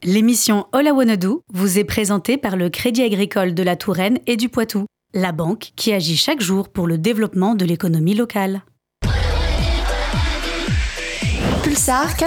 L'émission All I Wanna Do vous est présentée par le Crédit Agricole de la Touraine et du Poitou, la banque qui agit chaque jour pour le développement de l'économie locale. Pulsar 95.9. I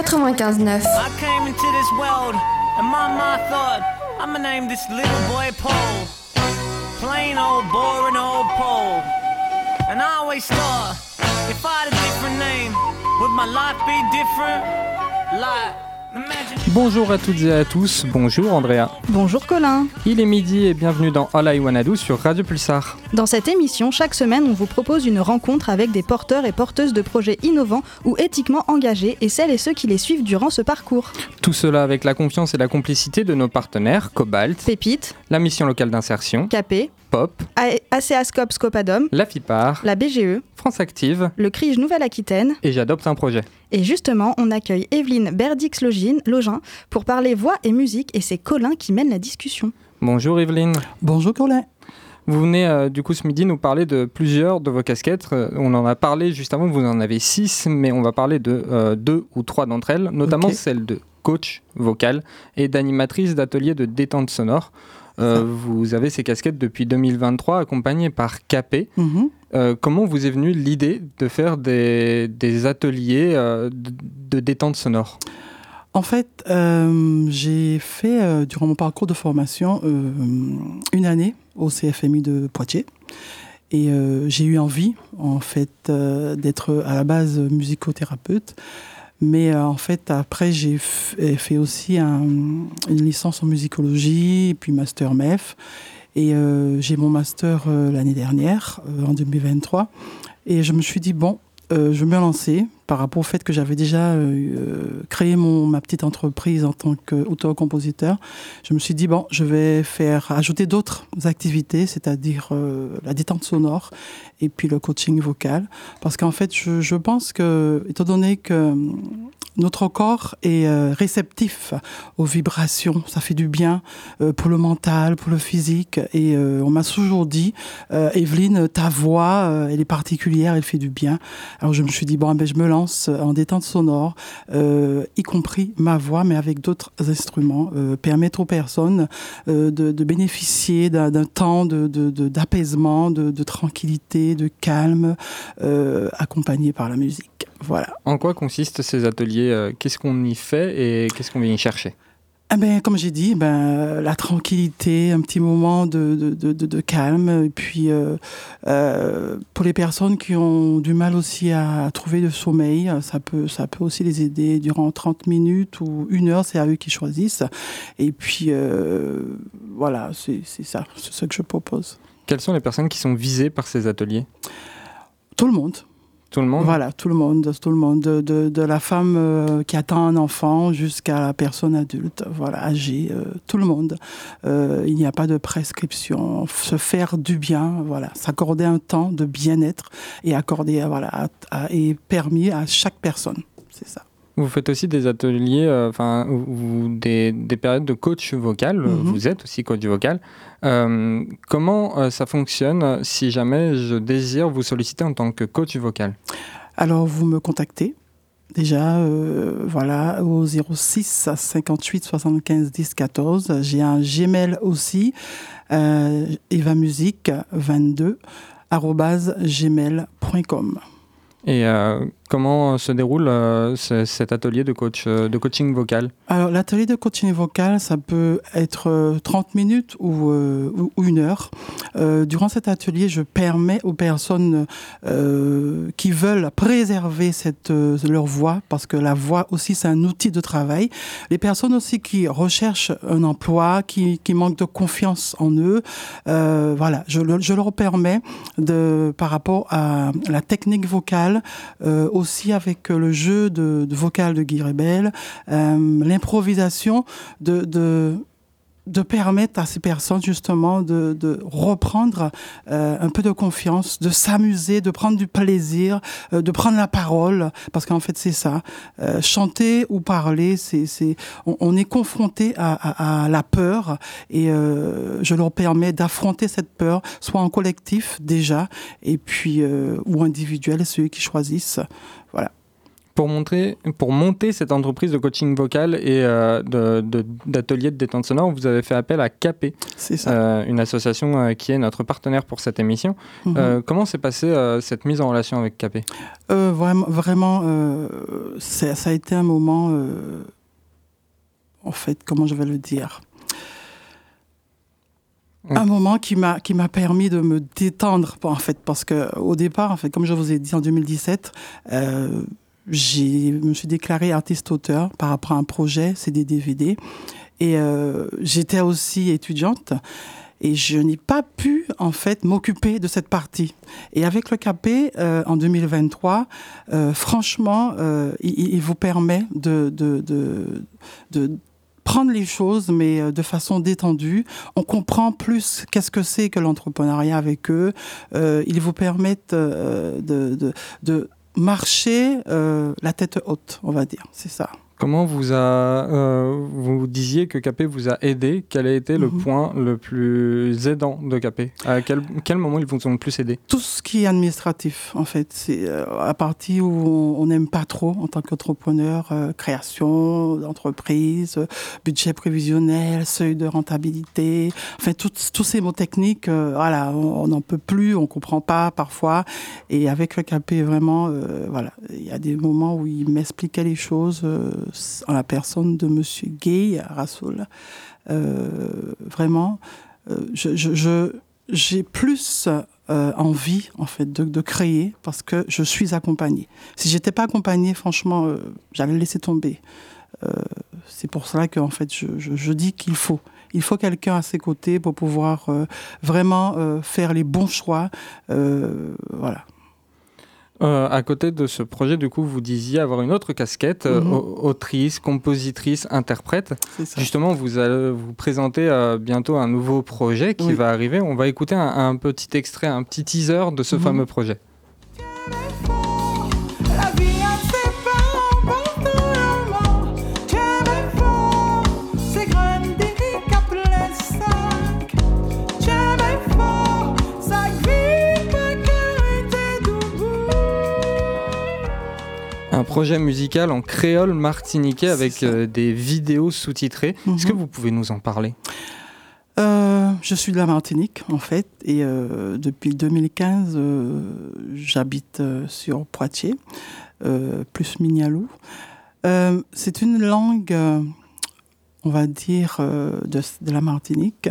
came into this world and my mind thought I'ma name this little boy Paul. Plain old boring old Paul. And I always thought if I had a different name, would my life be different? Like Bonjour à toutes et à tous, bonjour Andrea. Bonjour Colin. Il est midi et bienvenue dans All I Wanna Do sur Radio Pulsar. Dans cette émission, chaque semaine, on vous propose une rencontre avec des porteurs et porteuses de projets innovants ou éthiquement engagés et celles et ceux qui les suivent durant ce parcours. Tout cela avec la confiance et la complicité de nos partenaires Cobalt, Pépite, la mission locale d'insertion, Capé, Pop, ACA Scope Scopadom, la FIPAR, la BGE, France Active, le CRIJ Nouvelle-Aquitaine et J'adopte un projet. Et justement, on accueille Evelyne Berdix-Login pour parler voix et musique et c'est Colin qui mène la discussion. Bonjour Evelyne. Bonjour Colin. Vous venez du coup ce midi nous parler de plusieurs de vos casquettes. On en a parlé juste avant, vous en avez 6, mais on va parler de 2 ou 3 d'entre elles, notamment celle de coach vocal et d'animatrice d'ateliers de détente sonore. Vous avez ces casquettes depuis 2023, accompagnées par Capé. Comment vous est venue l'idée de faire des ateliers de détente sonore ? En fait, j'ai fait, durant mon parcours de formation, une année au CFMI de Poitiers. Et j'ai eu envie, en fait, d'être à la base musicothérapeute. Mais en fait, après, j'ai fait aussi une licence en musicologie, puis master MEF. Et j'ai mon master l'année dernière, en 2023. Et je me suis dit, je vais me lancer par rapport au fait que j'avais déjà créé ma petite entreprise en tant qu'auteur-compositeur. Je me suis dit, je vais ajouter d'autres activités, c'est-à-dire la détente sonore et puis le coaching vocal. Parce qu'en fait, je pense que, étant donné que notre corps est réceptif aux vibrations, ça fait du bien pour le mental, pour le physique. Et on m'a toujours dit, Evelyne, ta voix, elle est particulière, elle fait du bien. Alors je me suis dit, je me lance en détente sonore, y compris ma voix, mais avec d'autres instruments, permettre aux personnes de bénéficier d'un temps d'apaisement, de tranquillité, de calme, accompagné par la musique. Voilà. En quoi consistent ces ateliers ? Qu'est-ce qu'on y fait et qu'est-ce qu'on vient y chercher ? Comme j'ai dit, la tranquillité, un petit moment de calme. Et puis, pour les personnes qui ont du mal aussi à trouver le sommeil, ça peut aussi les aider durant 30 minutes ou 1 heure, c'est à eux qui choisissent. Et puis, voilà, c'est ça, c'est ce que je propose. Quelles sont les personnes qui sont visées par ces ateliers ? Tout le monde. Tout le monde ? Voilà, tout le monde, de la femme qui attend un enfant jusqu'à la personne adulte, âgée, tout le monde. Il n'y a pas de prescription. Se faire du bien, s'accorder un temps de bien-être et accorder, et permis à chaque personne. C'est ça. Vous faites aussi des ateliers, ou des périodes de coach vocal. Vous êtes aussi coach vocal. Comment ça fonctionne si jamais je désire vous solliciter en tant que coach vocal ? Alors, vous me contactez déjà, au 06 58 75 10 14. J'ai un Gmail aussi, evamusic22@gmail.com. Et comment se déroule cet atelier de coaching vocal ? Alors, l'atelier de coaching vocal, ça peut être 30 minutes ou 1 heure. Durant cet atelier, je permets aux personnes qui veulent préserver leur voix, parce que la voix aussi, c'est un outil de travail. Les personnes aussi qui recherchent un emploi, qui manquent de confiance en eux, je leur permets, par rapport à la technique vocale, aussi avec le jeu de vocal de Guy Rebel, l'improvisation de permettre à ces personnes justement de reprendre un peu de confiance, de s'amuser, de prendre du plaisir, de prendre la parole, parce qu'en fait c'est ça. Chanter ou parler, on est confronté à la peur et je leur permets d'affronter cette peur, soit en collectif déjà, et puis ou individuel, ceux qui choisissent. Voilà. Pour monter cette entreprise de coaching vocal et d'atelier de détente sonore, vous avez fait appel à Capé. C'est ça. Une association qui est notre partenaire pour cette émission. Comment s'est passée cette mise en relation avec Capé ? Vraiment, ça a été un moment, en fait, comment je vais le dire ? Un moment qui m'a permis de me détendre, en fait, parce qu'au départ, en fait, comme je vous ai dit, en 2017, je me suis déclarée artiste-auteur par rapport à un projet, c'est des DVD, et j'étais aussi étudiante, et je n'ai pas pu, en fait, m'occuper de cette partie. Et avec le Capé, en 2023, franchement, il vous permet de prendre les choses, mais de façon détendue. On comprend plus qu'est-ce que c'est que l'entrepreneuriat avec eux. Ils vous permettent de marcher la tête haute, on va dire. C'est ça. Comment vous disiez que Capé vous a aidé ? Quel a été le point le plus aidant de Capé ? À quel moment ils vous ont le plus aidé ? Tout ce qui est administratif, en fait. C'est à partir où on n'aime pas trop, en tant qu'entrepreneur, création d'entreprise, budget prévisionnel, seuil de rentabilité, enfin, tous ces mots techniques, voilà, on n'en peut plus, on ne comprend pas parfois. Et avec le Capé, vraiment, voilà, il y a des moments où il m'expliquait les choses en la personne de Monsieur Gay Rassoul. Vraiment, j'ai plus envie, en fait, de créer parce que je suis accompagnée. Si j'étais pas accompagnée, franchement, j'allais laisser tomber. C'est pour cela que, en fait, je dis qu'il faut quelqu'un à ses côtés pour pouvoir vraiment faire les bons choix. Voilà. À côté de ce projet, du coup, vous disiez avoir une autre casquette, autrice, compositrice, interprète. Justement, vous présentez bientôt un nouveau projet qui va arriver. On va écouter un petit extrait, un petit teaser de ce fameux projet. Un projet musical en créole martiniquais avec des vidéos sous-titrées. Est-ce que vous pouvez nous en parler ? Je suis de la Martinique, en fait, et depuis 2015, j'habite sur Poitiers, plus Mignalou. C'est une langue, on va dire, de la Martinique.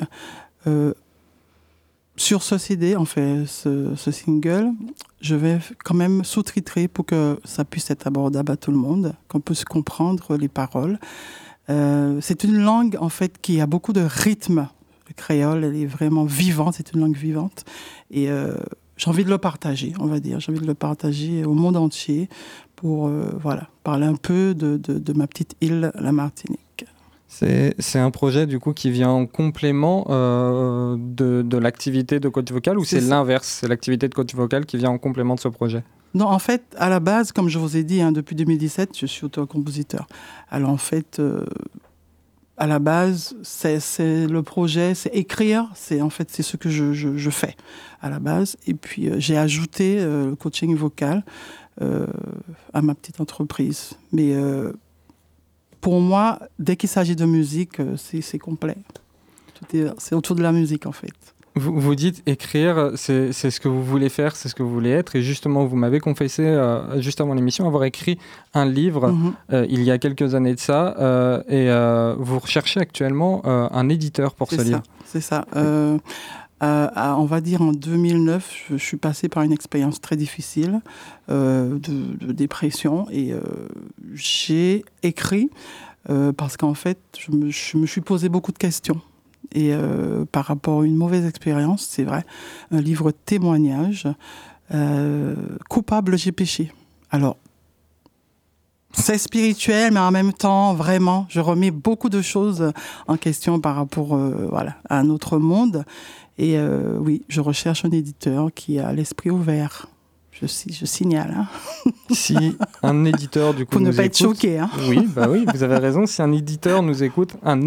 Sur ce CD, en fait, ce single, je vais quand même sous-titrer pour que ça puisse être abordable à tout le monde, qu'on puisse comprendre les paroles. C'est une langue, en fait, qui a beaucoup de rythme. Le créole, elle est vraiment vivante, c'est une langue vivante. Et j'ai envie de le partager, on va dire. J'ai envie de le partager au monde entier pour parler un peu de ma petite île, la Martinique. C'est un projet du coup qui vient en complément de l'activité de coach vocal ou c'est l'inverse, c'est l'activité de coach vocal qui vient en complément de ce projet ? Non, en fait, à la base, comme je vous ai dit, depuis 2017, je suis auteur-compositeur. Alors en fait, à la base, c'est le projet, c'est écrire, c'est ce que je fais à la base. Et puis j'ai ajouté le coaching vocal à ma petite entreprise. Mais pour moi, dès qu'il s'agit de musique, c'est complet. C'est autour de la musique, en fait. Vous dites écrire, c'est ce que vous voulez faire, c'est ce que vous voulez être. Et justement, vous m'avez confessé, juste avant l'émission, avoir écrit un livre il y a quelques années de ça. Et vous recherchez actuellement un éditeur pour ce livre. C'est ça. On va dire en 2009, je suis passée par une expérience très difficile de dépression et j'ai écrit parce qu'en fait, je me suis posé beaucoup de questions. Et par rapport à une mauvaise expérience, c'est vrai, un livre témoignage, coupable, j'ai péché. Alors, c'est spirituel, mais en même temps, vraiment, je remets beaucoup de choses en question par rapport à un autre monde. Et oui, je recherche un éditeur qui a l'esprit ouvert. Je signale. Hein. Si un éditeur du coup pour ne nous pas écoute, être choqué. Hein. Oui, vous avez raison. Si un éditeur nous écoute, un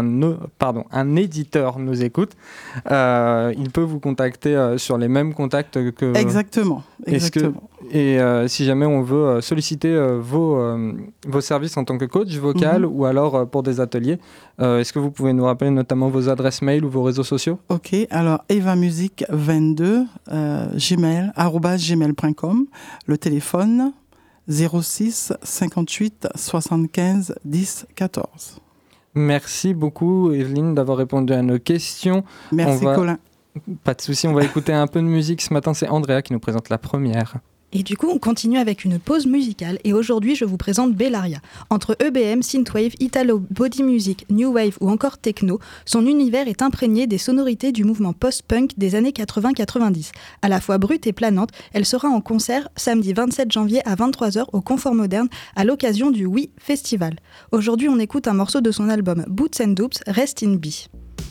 éditeur nous écoute, il peut vous contacter sur les mêmes contacts que. Exactement. Et si jamais on veut solliciter vos services en tant que coach vocal ou alors pour des ateliers, est-ce que vous pouvez nous rappeler notamment vos adresses mail ou vos réseaux sociaux ? Ok, alors evamusic22 @gmail.com, le téléphone 06 58 75 10 14. Merci beaucoup Evelyne d'avoir répondu à nos questions. Merci Colin. Pas de souci, on va écouter un peu de musique. Ce matin, c'est Andrea qui nous présente la première. Et du coup, on continue avec une pause musicale. Et aujourd'hui, je vous présente Bellaria. Entre EBM, Synthwave, Italo, Body Music, New Wave ou encore Techno, son univers est imprégné des sonorités du mouvement post-punk des années 80-90. À la fois brute et planante, elle sera en concert samedi 27 janvier à 23h au Confort Moderne à l'occasion du Oui Festival. Aujourd'hui, on écoute un morceau de son album Boots and Dupes, Rest in B.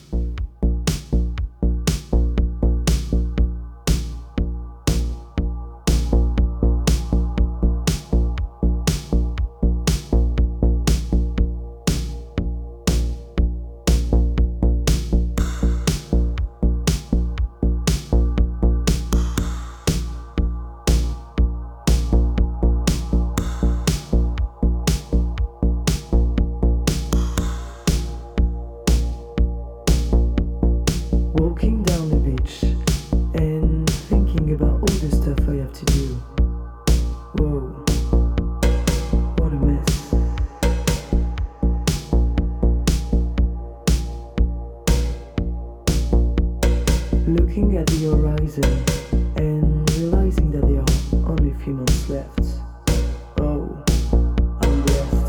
Looking at the horizon and realizing that there are only a few months left. Oh, I'm blessed.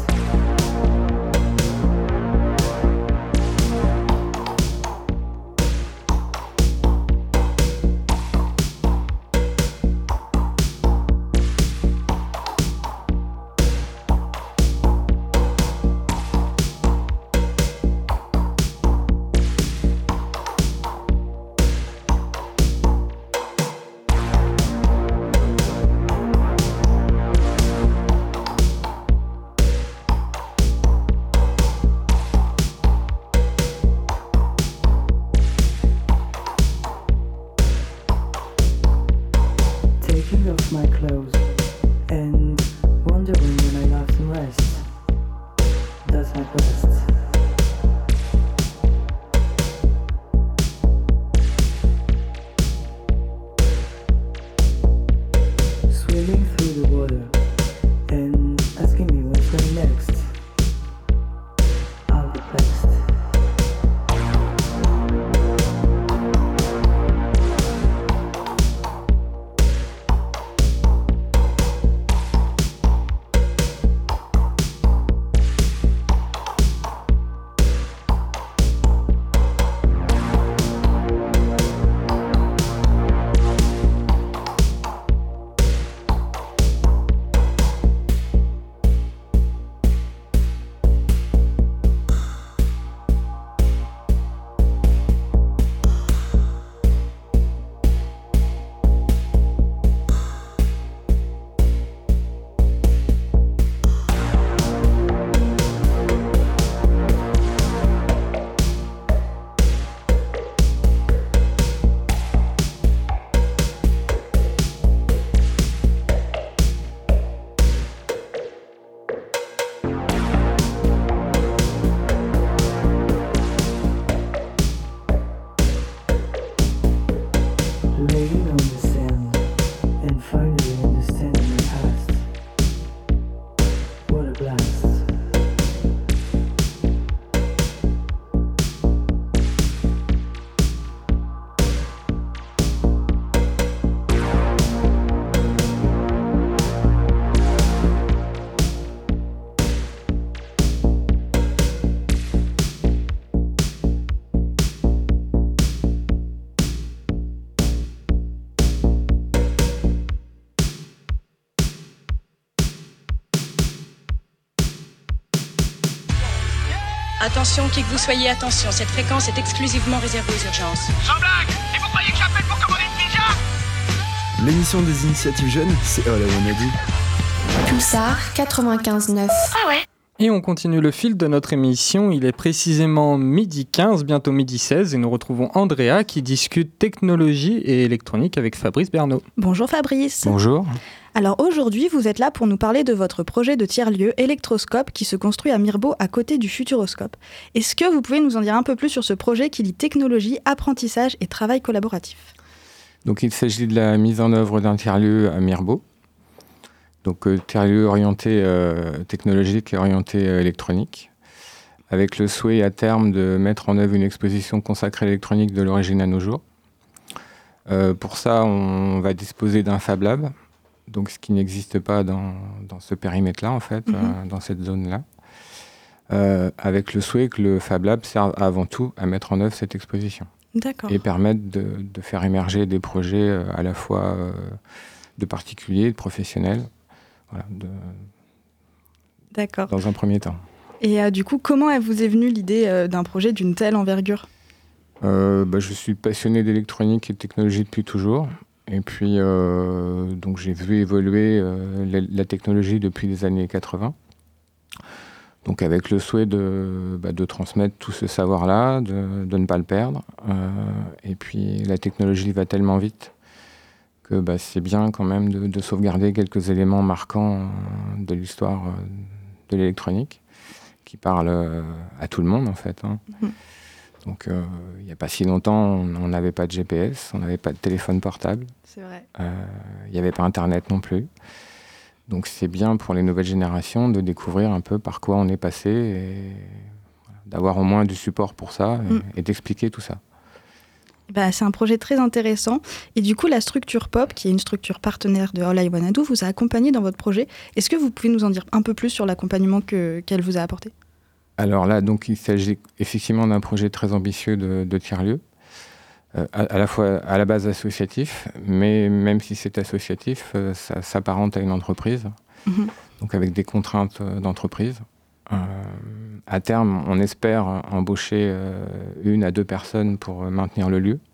Taking off my clothes and wondering when I laugh and rest. That's my quest. Swimming through the water and asking me what's going next. I'll be blessed. Laying on the sand and finally understanding the past. What a blast. Attention, qui que vous soyez, attention, cette fréquence est exclusivement réservée aux urgences. Sans blague! Et vous croyez que j'appelle pour commander une pizza? L'émission des initiatives jeunes, c'est All I Wanna Do. Pulsar 95.9. Ah ouais? Et on continue le fil de notre émission. Il est précisément midi 15, bientôt midi 16, et nous retrouvons Andrea qui discute technologie et électronique avec Fabrice Bernot. Bonjour Fabrice. Bonjour. Alors aujourd'hui, vous êtes là pour nous parler de votre projet de tiers-lieu Electroscope qui se construit à Mirbeau à côté du Futuroscope. Est-ce que vous pouvez nous en dire un peu plus sur ce projet qui lie technologie, apprentissage et travail collaboratif ? Donc il s'agit de la mise en œuvre d'un tiers-lieu à Mirbeau. Donc tiers-lieu orienté technologique et orienté électronique, avec le souhait à terme de mettre en œuvre une exposition consacrée à l'électronique de l'origine à nos jours. Pour ça, on va disposer d'un Fab Lab, donc ce qui n'existe pas dans ce périmètre-là, en fait, dans cette zone-là, avec le souhait que le Fab Lab serve avant tout à mettre en œuvre cette exposition. D'accord. Et permettre de faire émerger des projets à la fois de particuliers, de professionnels, voilà, D'accord. Dans un premier temps. Et du coup, comment vous est venue l'idée d'un projet d'une telle envergure ? Je suis passionné d'électronique et de technologie depuis toujours. Et puis, donc j'ai vu évoluer la technologie depuis les années 80. Donc avec le souhait de transmettre tout ce savoir-là, de ne pas le perdre. Et puis la technologie va tellement vite que c'est bien quand même de sauvegarder quelques éléments marquants de l'histoire de l'électronique qui parlent à tout le monde en fait. Donc il n'y a pas si longtemps, on n'avait pas de GPS, on n'avait pas de téléphone portable. C'est vrai. Il n'y avait pas Internet non plus. Donc c'est bien pour les nouvelles générations de découvrir un peu par quoi on est passé et d'avoir au moins du support pour ça et d'expliquer tout ça. C'est un projet très intéressant. Et du coup, la structure POP, qui est une structure partenaire de All I Wanna Do, vous a accompagné dans votre projet. Est-ce que vous pouvez nous en dire un peu plus sur l'accompagnement qu'elle vous a apporté ? Alors là, donc, il s'agit effectivement d'un projet très ambitieux de tiers-lieu, à la fois à la base associatif, mais même si c'est associatif, ça s'apparente à une entreprise, donc avec des contraintes d'entreprise. À terme, on espère embaucher 1 à 2 personnes pour maintenir le lieu.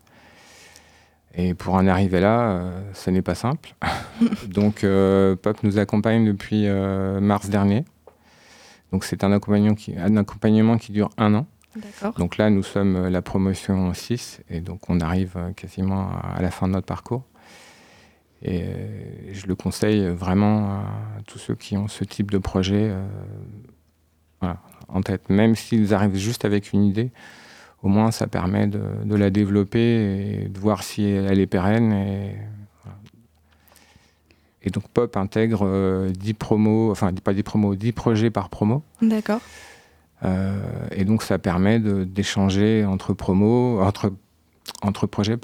Et pour en arriver là, ce n'est pas simple. Donc, POP nous accompagne depuis mars dernier. Donc, c'est un accompagnement qui dure 1 an. D'accord. Donc là, nous sommes la promotion 6, et donc on arrive quasiment à la fin de notre parcours. Et je le conseille vraiment à tous ceux qui ont ce type de projet en tête. Même s'ils arrivent juste avec une idée, au moins ça permet de la développer et de voir si elle est pérenne. Et donc POP intègre 10 projets par promo. D'accord. Et donc ça permet d'échanger entre projets,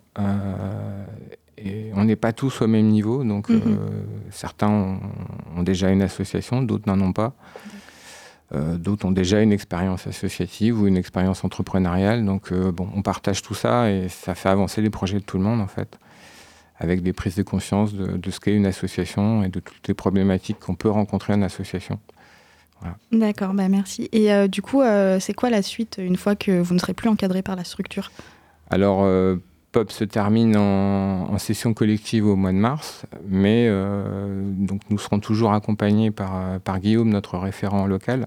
et on n'est pas tous au même niveau, donc certains ont déjà une association, d'autres n'en ont pas. D'autres ont déjà une expérience associative ou une expérience entrepreneuriale, donc on partage tout ça et ça fait avancer les projets de tout le monde en fait, avec des prises de conscience de ce qu'est une association et de toutes les problématiques qu'on peut rencontrer en association. Voilà. D'accord, merci. Et du coup, c'est quoi la suite une fois que vous ne serez plus encadré par la structure ? Alors, POP se termine en session collective au mois de mars, mais donc nous serons toujours accompagnés par Guillaume, notre référent local.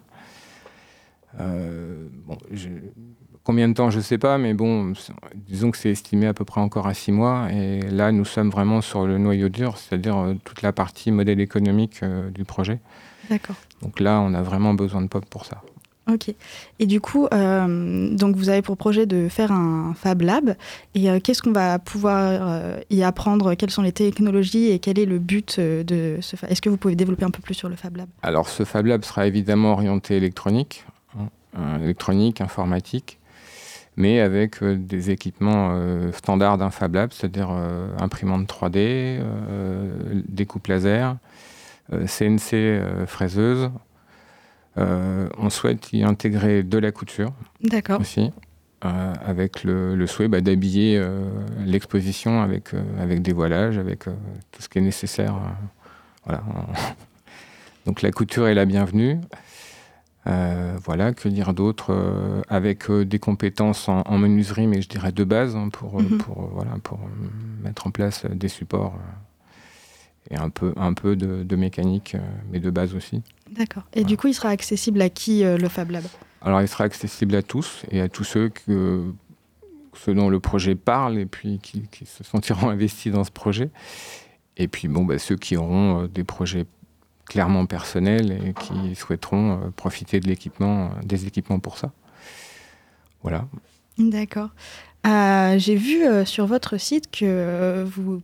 Combien de temps, je ne sais pas, mais disons que c'est estimé à peu près encore à 6 mois. Et là, nous sommes vraiment sur le noyau dur, c'est-à-dire toute la partie modèle économique du projet. D'accord. Donc là, on a vraiment besoin de POP pour ça. Ok. Et du coup, donc vous avez pour projet de faire un Fab Lab. Et qu'est-ce qu'on va pouvoir y apprendre ? Quelles sont les technologies et quel est le but de ce Fab ? Est-ce que vous pouvez développer un peu plus sur le Fab Lab ? Alors, ce Fab Lab sera évidemment orienté électronique, informatique, mais avec des équipements standards d'un Fab Lab, c'est-à-dire imprimante 3D, découpe laser, CNC fraiseuse. On souhaite y intégrer de la couture. D'accord. Aussi, avec le souhait d'habiller l'exposition avec des voilages, avec tout ce qui est nécessaire. Voilà. Donc la couture est la bienvenue. Voilà, que dire d'autre, avec des compétences en menuiserie, mais je dirais de base, pour mettre en place des supports et un peu de mécanique, mais de base aussi. D'accord. Et du coup, il sera accessible à qui, le Fab Lab ? Alors, il sera accessible à tous et à tous ceux dont le projet parle et puis qui se sentiront investis dans ce projet. Et puis ceux qui auront des projets clairement personnels et qui souhaiteront profiter de des équipements pour ça. Voilà. D'accord. J'ai vu sur votre site que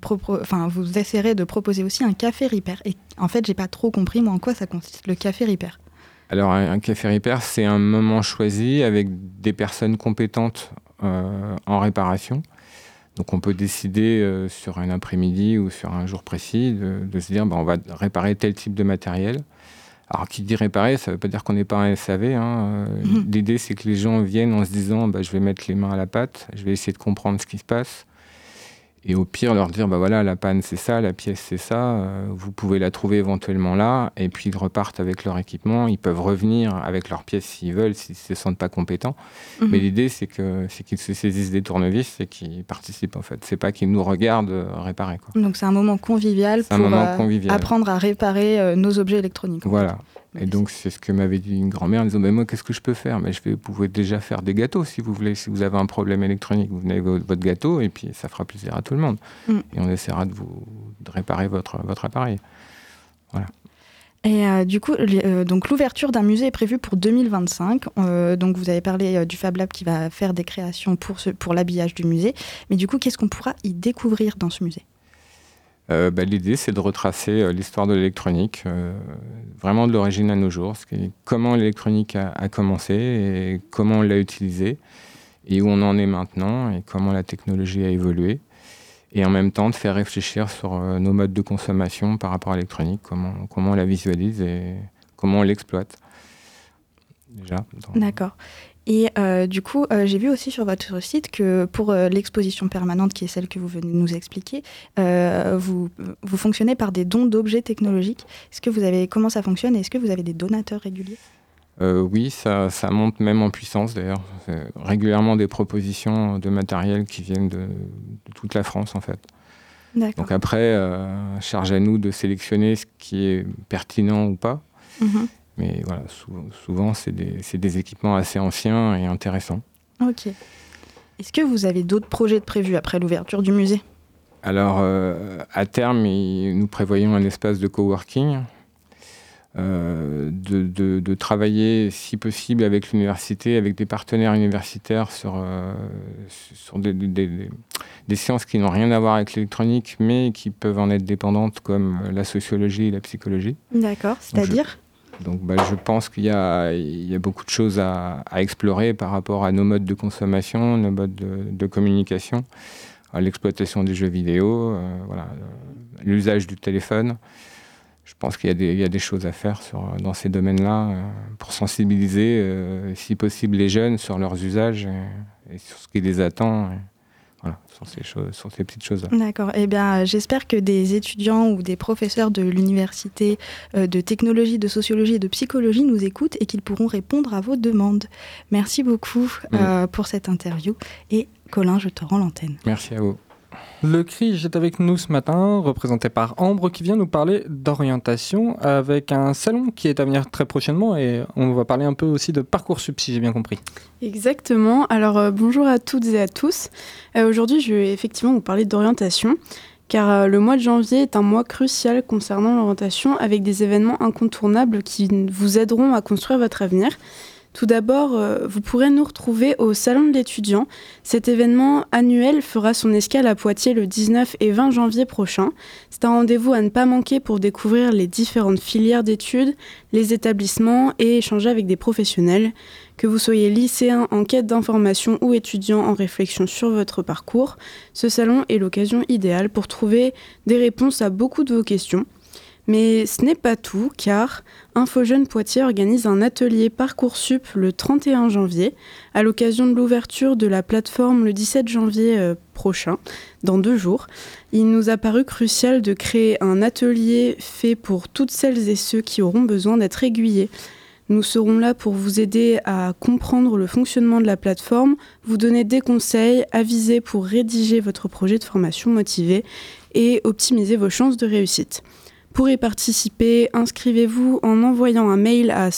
vous essayerez de proposer aussi un café repair. Et en fait, j'ai pas trop compris, moi, en quoi ça consiste, le café repair. Alors, un café repair, c'est un moment choisi avec des personnes compétentes en réparation. Donc, on peut décider sur un après-midi ou sur un jour précis de se dire on va réparer tel type de matériel. Alors, qui dit réparer, ça ne veut pas dire qu'on n'est pas un SAV. L'idée, c'est que les gens viennent en se disant je vais mettre les mains à la pâte, je vais essayer de comprendre ce qui se passe. Et au pire, leur dire voilà, la panne, c'est ça, la pièce, c'est ça. Vous pouvez la trouver éventuellement là. Et puis, ils repartent avec leur équipement. Ils peuvent revenir avec leur pièce s'ils veulent, s'ils ne se sentent pas compétents. Mais l'idée, c'est qu'ils se saisissent des tournevis et qu'ils participent, en fait. C'est pas qu'ils nous regardent réparer, quoi. Donc, c'est un moment convivial pour apprendre à réparer nos objets électroniques. Voilà. Et donc, c'est ce que m'avait dit une grand-mère en disant moi, qu'est-ce que je peux faire ? Vous pouvez déjà faire des gâteaux si vous voulez. Si vous avez un problème électronique, vous venez avec votre gâteau et puis ça fera plaisir à tout le monde. Et on essaiera de réparer votre appareil. Voilà. Et du coup, donc l'ouverture d'un musée est prévue pour 2025. Donc, vous avez parlé du Fab Lab qui va faire des créations pour l'habillage du musée. Mais du coup, qu'est-ce qu'on pourra y découvrir dans ce musée ? L'idée, c'est de retracer l'histoire de l'électronique, vraiment de l'origine à nos jours, comment l'électronique a commencé et comment on l'a utilisée, et où on en est maintenant, et comment la technologie a évolué, et en même temps de faire réfléchir sur nos modes de consommation par rapport à l'électronique, comment on la visualise et comment on l'exploite. Déjà. D'accord. Et du coup, j'ai vu aussi sur votre site que pour l'exposition permanente, qui est celle que vous venez de nous expliquer, vous fonctionnez par des dons d'objets technologiques. Comment ça fonctionne et est-ce que vous avez des donateurs réguliers ? Oui, ça monte même en puissance d'ailleurs. C'est régulièrement des propositions de matériel qui viennent de toute la France en fait. D'accord. Donc après, charge à nous de sélectionner ce qui est pertinent ou pas. Mais voilà, souvent, c'est des équipements assez anciens et intéressants. Ok. Est-ce que vous avez d'autres projets de prévus après l'ouverture du musée ? Alors, à terme, nous prévoyons un espace de coworking, de travailler, si possible, avec l'université, avec des partenaires universitaires sur des sciences qui n'ont rien à voir avec l'électronique, mais qui peuvent en être dépendantes, comme la sociologie et la psychologie. D'accord, c'est-à-dire ? Donc je pense qu'il y a beaucoup de choses à explorer par rapport à nos modes de consommation, nos modes de communication, à l'exploitation des jeux vidéo, l'usage du téléphone. Je pense qu'il y a des choses à faire dans ces domaines-là pour sensibiliser, si possible, les jeunes sur leurs usages et sur ce qui les attend. Voilà, sur ces petites choses-là. D'accord. Eh bien, j'espère que des étudiants ou des professeurs de l'université de technologie, de sociologie et de psychologie nous écoutent et qu'ils pourront répondre à vos demandes. Merci beaucoup pour cette interview. Et Colin, je te rends l'antenne. Merci à vous. Le CRIJ est avec nous ce matin, représenté par Ambre, qui vient nous parler d'orientation avec un salon qui est à venir très prochainement et on va parler un peu aussi de Parcoursup, si j'ai bien compris. Exactement. Alors, bonjour à toutes et à tous. Aujourd'hui, je vais effectivement vous parler d'orientation, car le mois de janvier est un mois crucial concernant l'orientation avec des événements incontournables qui vous aideront à construire votre avenir. Tout d'abord, vous pourrez nous retrouver au Salon de l'étudiant. Cet événement annuel fera son escale à Poitiers le 19 et 20 janvier prochain. C'est un rendez-vous à ne pas manquer pour découvrir les différentes filières d'études, les établissements et échanger avec des professionnels. Que vous soyez lycéen en quête d'information ou étudiant en réflexion sur votre parcours, ce salon est l'occasion idéale pour trouver des réponses à beaucoup de vos questions. Mais ce n'est pas tout, car InfoJeunes Poitiers organise un atelier Parcoursup le 31 janvier, à l'occasion de l'ouverture de la plateforme le 17 janvier prochain, dans 2 jours. Il nous a paru crucial de créer un atelier fait pour toutes celles et ceux qui auront besoin d'être aiguillés. Nous serons là pour vous aider à comprendre le fonctionnement de la plateforme, vous donner des conseils avisés pour rédiger votre projet de formation motivé et optimiser vos chances de réussite. Pour y participer, inscrivez-vous en envoyant un mail à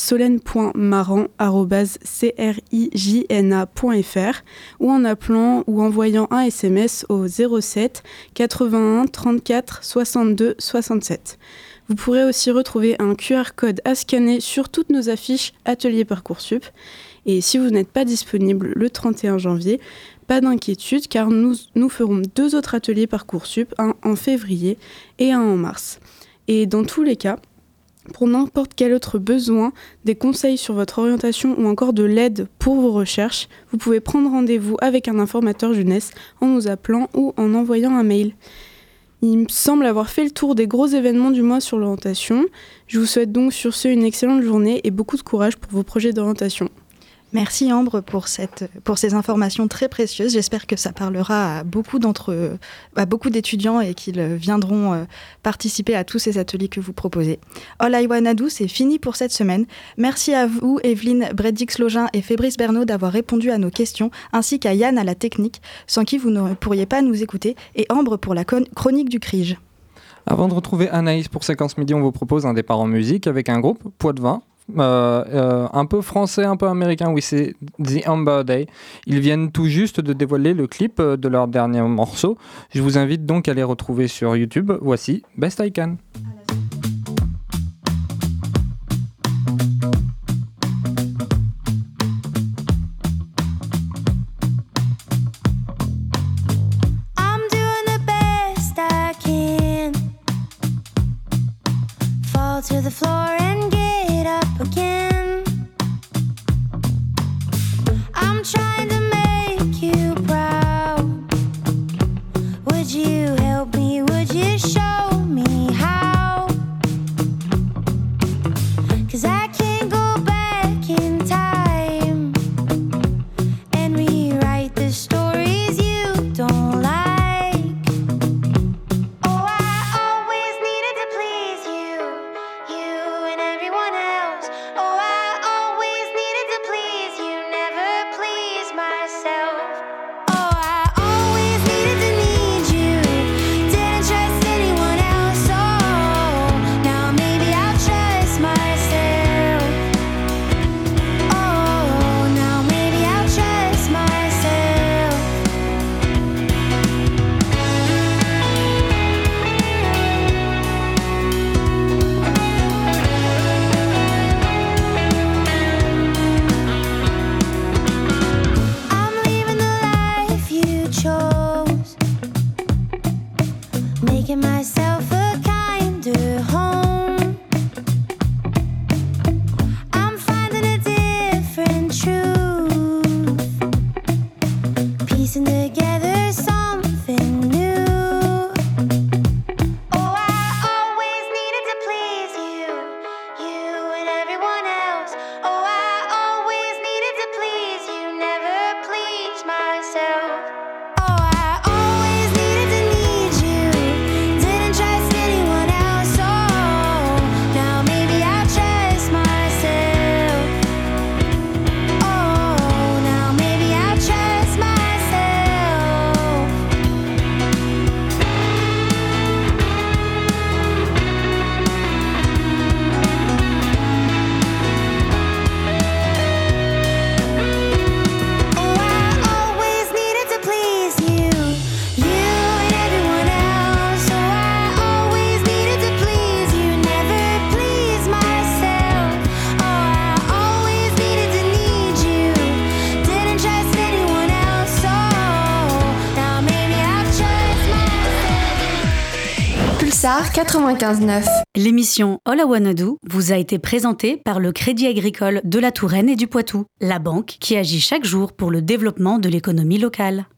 solène.marant@crijna.fr ou en appelant ou envoyant un SMS au 07 81 34 62 67. Vous pourrez aussi retrouver un QR code à scanner sur toutes nos affiches Atelier Parcoursup. Et si vous n'êtes pas disponible le 31 janvier, pas d'inquiétude car nous ferons 2 autres ateliers Parcoursup, un en février et un en mars. Et dans tous les cas, pour n'importe quel autre besoin, des conseils sur votre orientation ou encore de l'aide pour vos recherches, vous pouvez prendre rendez-vous avec un informateur jeunesse en nous appelant ou en envoyant un mail. Il me semble avoir fait le tour des gros événements du mois sur l'orientation. Je vous souhaite donc sur ce une excellente journée et beaucoup de courage pour vos projets d'orientation. Merci Ambre pour ces informations très précieuses. J'espère que ça parlera à beaucoup d'étudiants et qu'ils viendront participer à tous ces ateliers que vous proposez. All I Wanna Do, c'est fini pour cette semaine. Merci à vous, Evelyne Bredix-Login et Fabrice Bernot d'avoir répondu à nos questions, ainsi qu'à Yann à la technique, sans qui vous ne pourriez pas nous écouter, et Ambre pour la chronique du CRIJ. Avant de retrouver Anaïs pour Séquence Midi, on vous propose un départ en musique avec un groupe, Poitvin. Un peu français, un peu américain, oui, c'est The Amber Day. Ils viennent tout juste de dévoiler le clip de leur dernier morceau. Je vous invite donc à les retrouver sur YouTube. Voici Best I Can. I'm doing the best I can. Fall to the floor and get up again. I'm trying to make you proud. Would you help me? Would you show me how? 'Cause I can't go back in time and rewrite the stories you don't like. Oh, I always needed to please you, and everyone else. Oh, I always needed to please you, never please myself. Oh, I always needed to need you, didn't trust anyone else. Oh, now maybe I'll trust myself. Oh, now maybe I'll trust myself. I'm leaving the life you chose, making myself a kinder home. I'm finding a different truth, piecing together something new. Oh, I always needed to please you, and everyone else. Oh, I always needed to please you, never please myself. Oh, I always needed to need you, didn't trust anyone else. Oh, now maybe I'll trust myself. Oh, now maybe I'll trust myself. Oh, I always needed to please you, and everyone else. Oh, I always needed to please you, never please myself. Oh, I always needed to need you, didn't trust anyone else. Oh, now maybe I'll trust myself. Pulsar 95.9. L'émission All I Wanna Do vous a été présentée par le Crédit Agricole de la Touraine et du Poitou, la banque qui agit chaque jour pour le développement de l'économie locale.